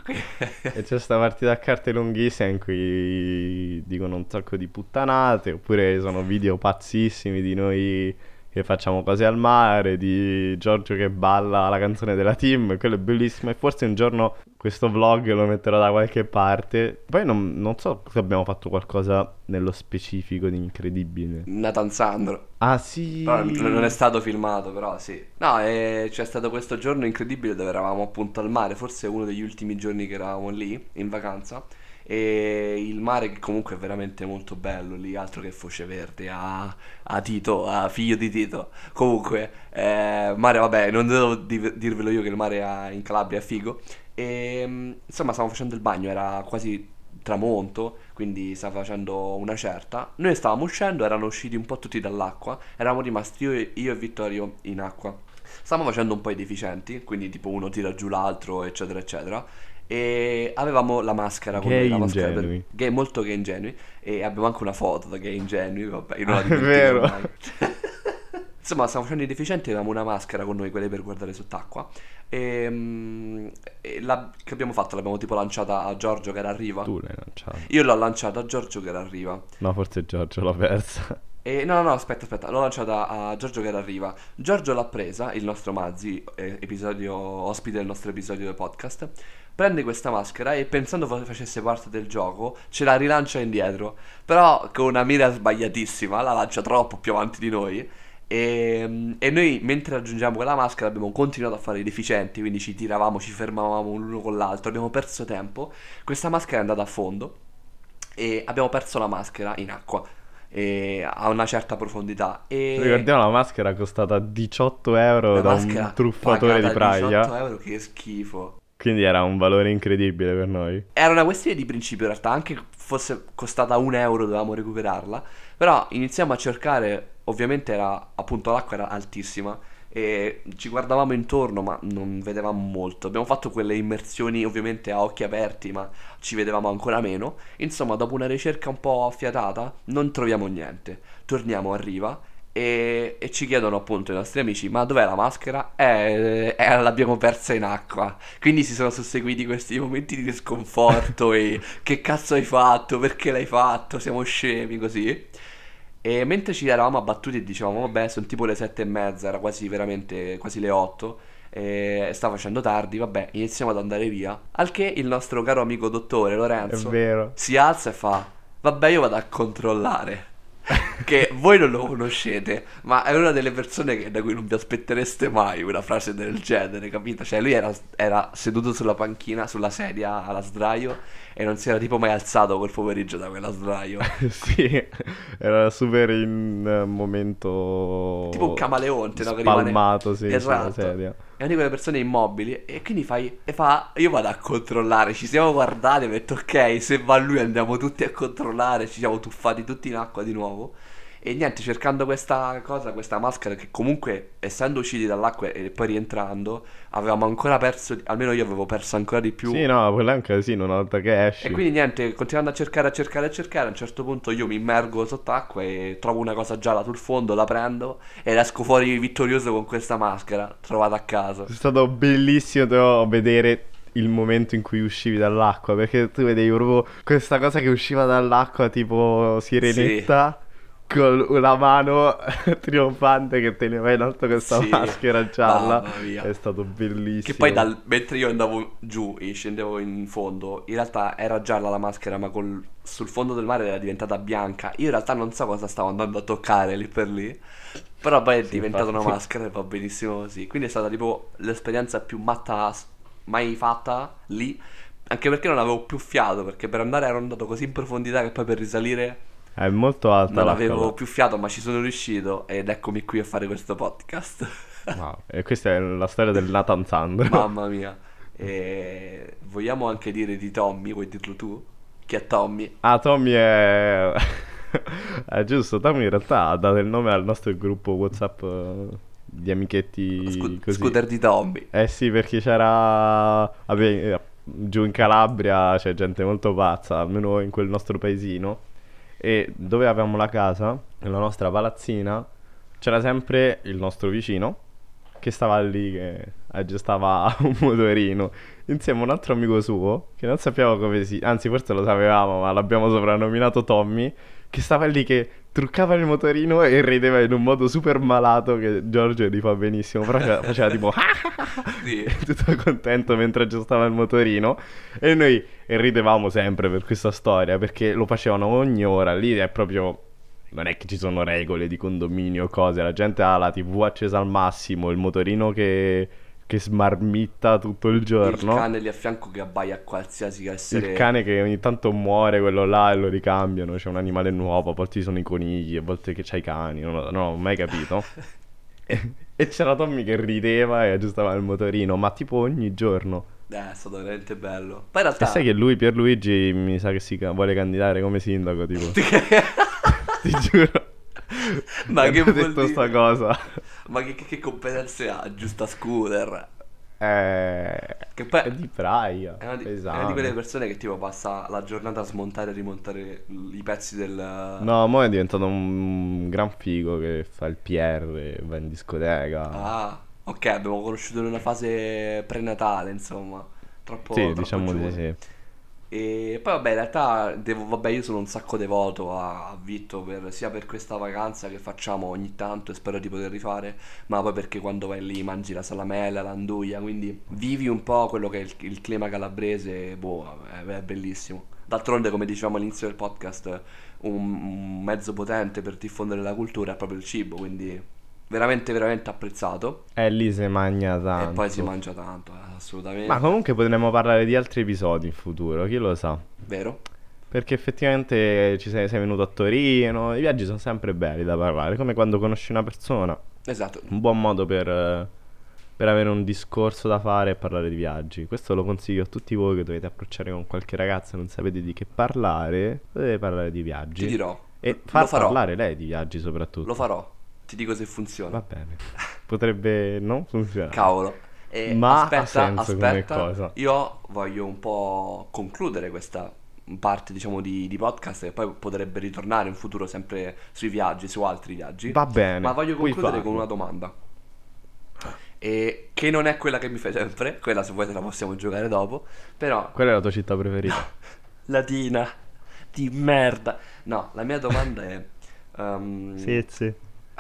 E c'è sta partita a carte lunghissima in cui dicono un sacco di puttanate, oppure sono video pazzissimi di noi che facciamo cose al mare, di Giorgio che balla la canzone della team, quello è bellissimo, e forse un giorno questo vlog lo metterò da qualche parte. Poi non so se abbiamo fatto qualcosa nello specifico di incredibile. Nathan Sandro. Ah sì. Però non è stato filmato, però sì. No, c'è stato questo giorno incredibile dove eravamo appunto al mare, forse uno degli ultimi giorni che eravamo lì in vacanza. E il mare che comunque è veramente molto bello lì, altro che Foce Verde, a Tito, a figlio di Tito. Comunque, mare, vabbè, non devo dirvelo io che il mare in Calabria è figo. E insomma, stavamo facendo il bagno, era quasi tramonto, quindi stava facendo una certa. Noi stavamo uscendo, erano usciti un po' tutti dall'acqua, eravamo rimasti io e Vittorio in acqua. Stavamo facendo un po' i deficienti, quindi tipo uno tira giù l'altro, eccetera, eccetera. E avevamo la maschera con Gay noi, la maschera ingenui. gay, molto gay ingenui. E abbiamo anche una foto da gay ingenui, vabbè, io non la È dimentico vero. mai. Insomma, stavamo facendo i deficienti e avevamo una maschera con noi, quelle per guardare sott'acqua. Che abbiamo fatto? L'abbiamo tipo lanciata a Giorgio che era a riva. Tu l'hai lanciato. Io l'ho lanciata a Giorgio che era a riva. No, forse Giorgio l'ha persa. No, aspetta, l'ho lanciata a Giorgio che era a riva. Giorgio l'ha presa, il nostro Mazzi, ospite del nostro episodio del podcast. Prende questa maschera e pensando facesse parte del gioco, ce la rilancia indietro. Però con una mira sbagliatissima, la lancia troppo più avanti di noi. E noi mentre raggiungiamo quella maschera abbiamo continuato a fare i deficienti, quindi ci tiravamo, ci fermavamo l'uno con l'altro, abbiamo perso tempo. Questa maschera è andata a fondo e abbiamo perso la maschera in acqua a una certa profondità. Ricordiamo, la maschera costata 18 euro la da maschera un truffatore di pagata Praia. 18 euro, che schifo. Quindi era un valore incredibile per noi. Era una questione di principio in realtà, anche fosse costata 1 euro dovevamo recuperarla. Però iniziamo a cercare, ovviamente era appunto l'acqua era altissima e ci guardavamo intorno ma non vedevamo molto. Abbiamo fatto quelle immersioni ovviamente a occhi aperti ma ci vedevamo ancora meno. Insomma, dopo una ricerca un po' affiatata non troviamo niente. Torniamo a riva e ci chiedono appunto i nostri amici: ma dov'è la maschera? L'abbiamo persa in acqua. Quindi si sono susseguiti questi momenti di sconforto e che cazzo hai fatto? Perché l'hai fatto? Siamo scemi così. E mentre ci eravamo abbattuti e dicevamo vabbè, sono tipo le 7:30, era quasi veramente quasi le 8 e stava facendo tardi, vabbè, iniziamo ad andare via. Al che il nostro caro amico dottore Lorenzo È vero. si alza e fa: vabbè, io vado a controllare. Che voi non lo conoscete, ma è una delle persone da cui non vi aspettereste mai una frase del genere, capito? Cioè lui era seduto sulla panchina, sulla sedia alla sdraio e non si era tipo mai alzato quel pomeriggio da quella sdraio. Sì, era super in momento Tipo un camaleonte, no? Che spalmato, sì, esatto. sulla sedia. È una di quelle persone immobili e quindi fa: io vado a controllare. Ci siamo guardati e ho detto ok, se va lui andiamo tutti a controllare. Ci siamo tuffati tutti in acqua di nuovo. E niente, cercando questa maschera che comunque essendo usciti dall'acqua e poi rientrando avevamo ancora perso, almeno io avevo perso ancora di più. Sì, no, quello è un casino una volta che esci. E quindi niente, continuando a cercare, a un certo punto io mi immergo sott'acqua e trovo una cosa gialla sul fondo, la prendo e esco fuori vittorioso con questa maschera trovata a caso. È stato bellissimo però vedere il momento in cui uscivi dall'acqua, perché tu vedevi proprio questa cosa che usciva dall'acqua tipo sirenetta. Sì. Con una mano trionfante che teneva in alto questa Sì, maschera gialla. mamma mia. È stato bellissimo. Che poi mentre io andavo giù e scendevo in fondo, in realtà era gialla la maschera, ma sul fondo del mare era diventata bianca. Io in realtà non so cosa stavo andando a toccare lì per lì, però poi è diventata una maschera e va benissimo così. Quindi è stata tipo l'esperienza più matta mai fatta lì, anche perché non avevo più fiato, perché per andare ero andato così in profondità che poi per risalire è molto alta non l'acqua. avevo più fiato, ma ci sono riuscito ed eccomi qui a fare questo podcast. Wow. E questa è la storia del Nathan Sandro. Mamma mia. E vogliamo anche dire di Tommy, vuoi dirlo tu? Chi è Tommy? Ah, Tommy è... è giusto, Tommy in realtà ha dato il nome al nostro gruppo WhatsApp di amichetti così. Scooter di Tommy. Eh sì, perché c'era... giù in Calabria c'è gente molto pazza, almeno in quel nostro paesino. E dove avevamo la casa, nella nostra palazzina, c'era sempre il nostro vicino che stava lì, che aggiustava un motorino, insieme a un altro amico suo, che non sappiamo come anzi forse lo sapevamo, ma l'abbiamo soprannominato Tommy, che stava lì che truccava il motorino e rideva in un modo super malato che Giorgio gli fa benissimo, però faceva tipo Sì. tutto contento mentre aggiustava il motorino, e noi ridevamo sempre per questa storia, perché lo facevano ogni ora. Lì è proprio, non è che ci sono regole di condominio o cose, la gente ha la TV accesa al massimo, il motorino che smarmitta tutto il giorno, Il cane lì a fianco che abbaia a qualsiasi essere. il cane che ogni tanto muore, quello là, e lo ricambiano, c'è un animale nuovo, a volte ci sono i conigli, a volte che c'hai i cani, non ho mai capito. E c'era Tommy che rideva e aggiustava il motorino, ma tipo ogni giorno. È stato veramente bello. Poi in E realtà sai che lui, Pierluigi, mi sa che vuole candidare come sindaco, tipo. Ti giuro. Ma Mi che hanno vuol detto dire? sta cosa. Ma che competenze ha? Giusta scooter. Che poi È di praia, è una di pesante. quelle persone che tipo passa la giornata a smontare e rimontare i pezzi del... No, mo è diventato un gran figo che fa il PR, va in discoteca. Ah, ok, abbiamo conosciuto in una fase prenatale, insomma. Sì, Troppo diciamo di giovane. sì. E poi vabbè, in realtà vabbè, io sono un sacco devoto a Vitto sia per questa vacanza che facciamo ogni tanto e spero di poter rifare, ma poi perché quando vai lì mangi la salamella, l'anduia, quindi vivi un po' quello che è il clima calabrese, boh, è bellissimo. D'altronde, come dicevamo all'inizio del podcast, un mezzo potente per diffondere la cultura è proprio il cibo, quindi veramente veramente apprezzato. Lì si mangia tanto. E poi si mangia tanto, assolutamente. Ma comunque potremmo parlare di altri episodi in futuro, chi lo sa. Vero? Perché effettivamente sei venuto a Torino, i viaggi sono sempre belli da parlare, come quando conosci una persona. Esatto. Un buon modo per avere un discorso da fare e parlare di viaggi. Questo lo consiglio a tutti voi che dovete approcciare con qualche ragazza e non sapete di che parlare, dovete parlare di viaggi. Ti dirò. E Lo far farò. parlare lei di viaggi soprattutto. Lo farò. Ti dico se funziona. Va bene. Potrebbe non funzionare. Cavolo. E Ma ha aspetta, senso come aspetta. cosa. Io voglio un po' concludere questa parte, diciamo, di podcast e poi potrebbe ritornare in futuro sempre sui viaggi, su altri viaggi. Va bene. Ma voglio puoi concludere con farlo. una domanda. E che non è quella che mi fai sempre, quella se vuoi te la possiamo giocare dopo, però Qual è la tua città preferita? Latina di merda. No, la mia domanda è Sì.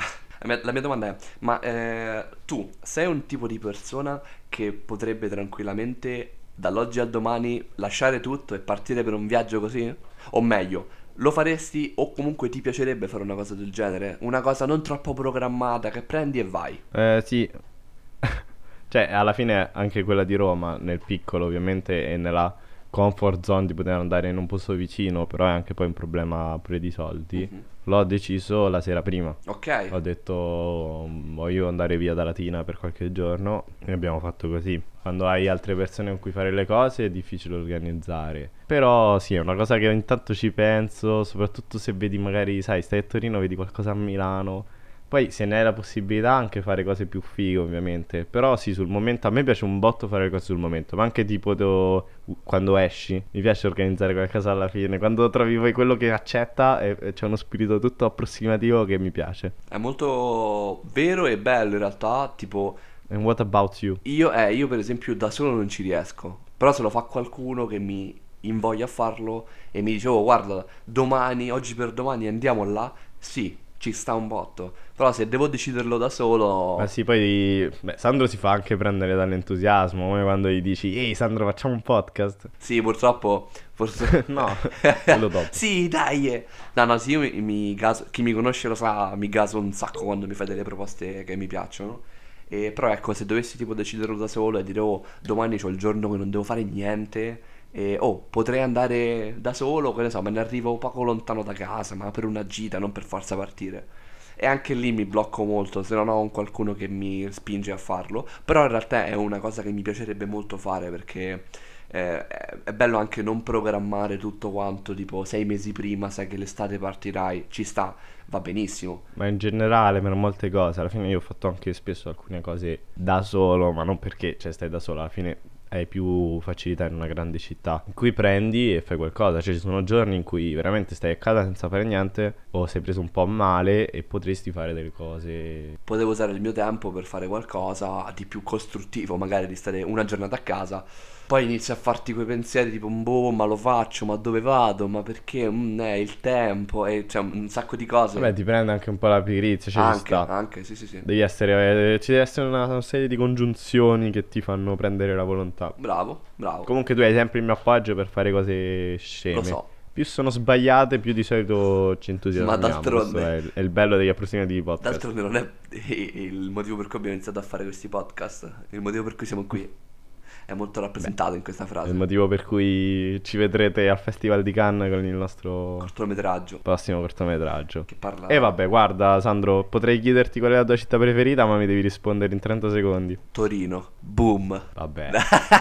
La mia domanda è, ma tu sei un tipo di persona che potrebbe tranquillamente dall'oggi al domani lasciare tutto e partire per un viaggio così? O meglio, lo faresti o comunque ti piacerebbe fare una cosa del genere? Una cosa non troppo programmata che prendi e vai. Sì. Cioè, alla fine anche quella di Roma, nel piccolo ovviamente, e nella comfort zone di poter andare in un posto vicino, però è anche poi un problema pure di soldi. L'ho deciso la sera prima. Ok. Ho detto voglio andare via da Latina per qualche giorno e abbiamo fatto così. Quando hai altre persone con cui fare le cose è difficile organizzare. Però sì, è una cosa che ogni tanto ci penso, soprattutto se vedi magari, sai, stai a Torino, vedi qualcosa a Milano. Poi se ne hai la possibilità anche fare cose più fighe ovviamente. Però sì, sul momento a me piace un botto fare le cose sul momento. Ma anche tipo quando esci mi piace organizzare qualcosa alla fine. Quando trovi poi quello che accetta e c'è uno spirito tutto approssimativo che mi piace. È molto vero e bello in realtà, tipo And what about you? io per esempio da solo non ci riesco, però se lo fa qualcuno che mi invoglia a farlo e mi dice oh guarda domani, oggi per domani andiamo là, sì, ci sta un botto, però se devo deciderlo da solo... Ma sì, poi Sandro si fa anche prendere dall'entusiasmo, come quando gli dici ehi Sandro facciamo un podcast. Sì, purtroppo forse... No, quello dopo. Sì, dai. No, sì, io mi gaso, chi mi conosce lo sa, mi gaso un sacco quando mi fai delle proposte che mi piacciono. Però ecco, se dovessi tipo deciderlo da solo e dire oh, domani c'ho il giorno che non devo fare niente e oh, potrei andare da solo, che ne so, me ne arrivo poco lontano da casa, ma per una gita, non per forza partire. E anche lì mi blocco molto se non ho un qualcuno che mi spinge a farlo. Però in realtà è una cosa che mi piacerebbe molto fare perché è bello anche non programmare tutto quanto, tipo 6 mesi prima sai che l'estate partirai, ci sta, va benissimo. Ma in generale per molte cose, alla fine io ho fatto anche spesso alcune cose da solo, ma non perché stai da solo, alla fine hai più facilità in una grande città in cui prendi e fai qualcosa. Cioè ci sono giorni in cui veramente stai a casa senza fare niente, o sei preso un po' male e potresti fare delle cose. Potevo usare il mio tempo per fare qualcosa di più costruttivo, magari di stare una giornata a casa. Poi inizi a farti quei pensieri tipo, boh, ma lo faccio, ma dove vado, ma perché, il tempo, e cioè un sacco di cose. Vabbè, ti prende anche un po' la pigrizia, cioè ci sta. Anche, sì. Ci deve essere una serie di congiunzioni che ti fanno prendere la volontà. Bravo. Comunque tu hai sempre il mio appoggio per fare cose sceme. Lo so. Più sono sbagliate, più di solito ci entusiasmiamo. Ma d'altronde è il bello degli approssimativi podcast. D'altronde non è il motivo per cui abbiamo iniziato a fare questi podcast. Il motivo per cui siamo qui è molto rappresentato in questa frase. È il motivo per cui ci vedrete al Festival di Cannes con il nostro cortometraggio. Prossimo cortometraggio. Che parla... E vabbè, guarda Sandro, potrei chiederti qual è la tua città preferita, ma mi devi rispondere in 30 secondi. Torino. Boom. Vabbè.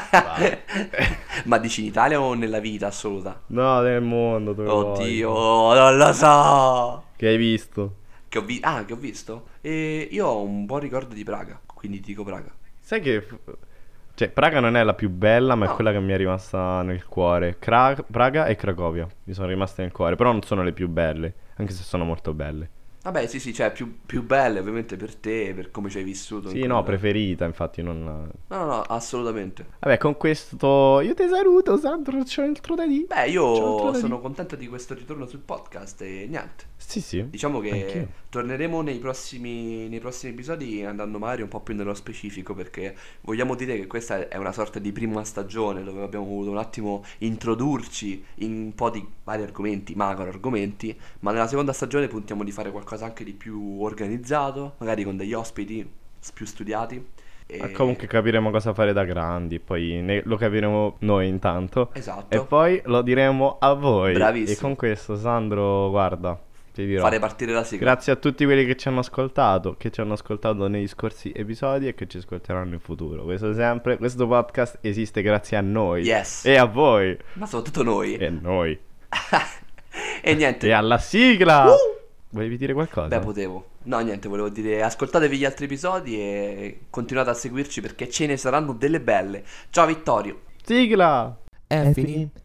Ma dici in Italia o nella vita assoluta? No, nel mondo. Oddio, non lo so. Che hai visto? Che ho visto? E io ho un buon ricordo di Praga, quindi ti dico Praga. Sai che... Cioè, Praga non è la più bella, ma No. è quella che mi è rimasta nel cuore. Praga e Cracovia mi sono rimaste nel cuore, però non sono le più belle, anche se sono molto belle. Vabbè, sì, cioè più belle ovviamente per te, per come ci hai vissuto. Sì, no, preferita, infatti non... No, assolutamente. Vabbè, con questo io ti saluto, Sandro, c'ho altro da dire. Beh, io sono contento di questo ritorno sul podcast e niente. Sì. Diciamo che Anch'io. torneremo nei prossimi episodi andando magari un po' più nello specifico, perché vogliamo dire che questa è una sorta di prima stagione dove abbiamo voluto un attimo introdurci in un po' di vari argomenti, macro argomenti, ma nella seconda stagione puntiamo di fare qualcosa anche di più organizzato, magari con degli ospiti più studiati. Ma comunque capiremo cosa fare da grandi, poi lo capiremo noi intanto. Esatto. E poi lo diremo a voi. Bravissimo. E con questo, Sandro, guarda, ti dirò. Fare partire la sigla. Grazie a tutti quelli che ci hanno ascoltato, negli scorsi episodi e che ci ascolteranno in futuro. Questo podcast esiste grazie a noi. Yes. E a voi. Ma soprattutto noi. E noi. E niente. E alla sigla. Volevi dire qualcosa? Beh, potevo. No, niente, volevo dire ascoltatevi gli altri episodi e continuate a seguirci perché ce ne saranno delle belle. Ciao Vittorio. Sigla. È finito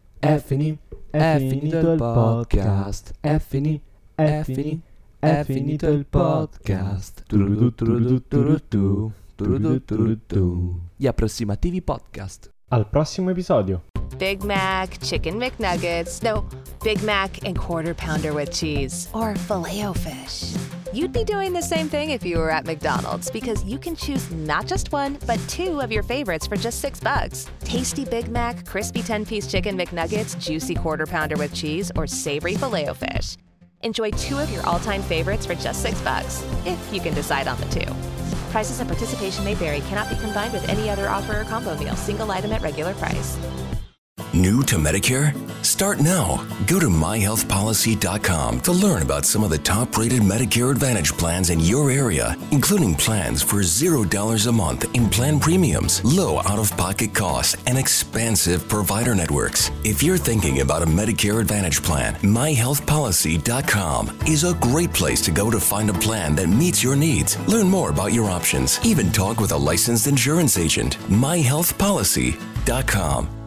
il podcast. È finito il podcast. Gli approssimativi podcast. Al prossimo episodio. Big Mac, Chicken McNuggets, no, Big Mac and Quarter Pounder with cheese, or Filet-O-Fish. You'd be doing the same thing if you were at McDonald's because you can choose not just one, but two of your favorites for just $6. Tasty Big Mac, crispy 10-piece Chicken McNuggets, juicy Quarter Pounder with cheese, or savory Filet-O-Fish. Enjoy two of your all-time favorites for just $6, if you can decide on the two. Prices and participation may vary, cannot be combined with any other offer or combo meal, single item at regular price. New to Medicare? Start now. Go to myhealthpolicy.com to learn about some of the top-rated Medicare Advantage plans in your area, including plans for $0 a month in plan premiums, low out-of-pocket costs, and expansive provider networks. If you're thinking about a Medicare Advantage plan, myhealthpolicy.com is a great place to go to find a plan that meets your needs. Learn more about your options, even talk with a licensed insurance agent. myhealthpolicy.com.